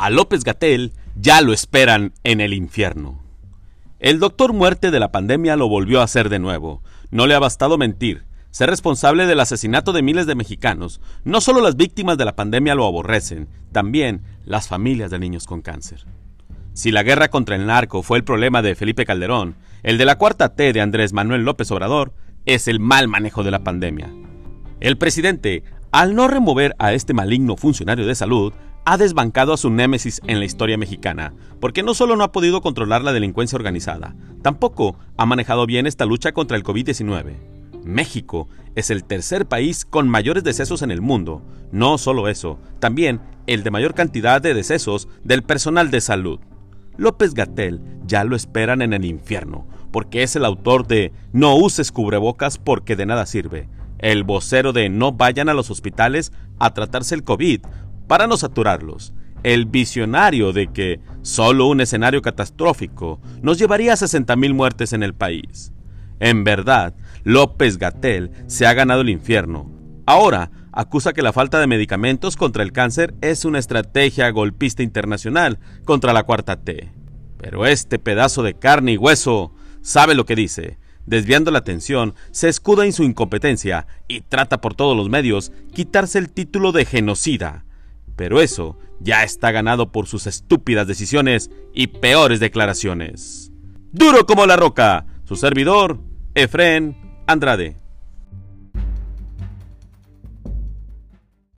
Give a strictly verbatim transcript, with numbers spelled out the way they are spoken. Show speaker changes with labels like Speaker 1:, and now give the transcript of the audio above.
Speaker 1: A López-Gatell ya lo esperan en el infierno. El doctor muerte de la pandemia lo volvió a hacer de nuevo. No le ha bastado mentir, ser responsable del asesinato de miles de mexicanos. No solo las víctimas de la pandemia lo aborrecen, también las familias de niños con cáncer. Si la guerra contra el narco fue el problema de Felipe Calderón, el de la cuarta T de Andrés Manuel López Obrador es el mal manejo de la pandemia. El presidente, al no remover a este maligno funcionario de salud, ha desbancado a su némesis en la historia mexicana, porque no solo no ha podido controlar la delincuencia organizada, tampoco ha manejado bien esta lucha contra el COVID diecinueve. México es el tercer país con mayores decesos en el mundo. No solo eso, también el de mayor cantidad de decesos del personal de salud. López-Gatell ya lo esperan en el infierno, porque es el autor de No uses cubrebocas porque de nada sirve, el vocero de No vayan a los hospitales a tratarse el COVID para no saturarlos, el visionario de que solo un escenario catastrófico nos llevaría a sesenta mil muertes en el país. En verdad, López-Gatell se ha ganado el infierno. Ahora acusa que la falta de medicamentos contra el cáncer es una estrategia golpista internacional contra la cuarta T. Pero este pedazo de carne y hueso sabe lo que dice. Desviando la atención, se escuda en su incompetencia y trata por todos los medios quitarse el título de genocida. Pero eso ya está ganado por sus estúpidas decisiones y peores declaraciones. Duro como la roca, su servidor, Efrén Andrade.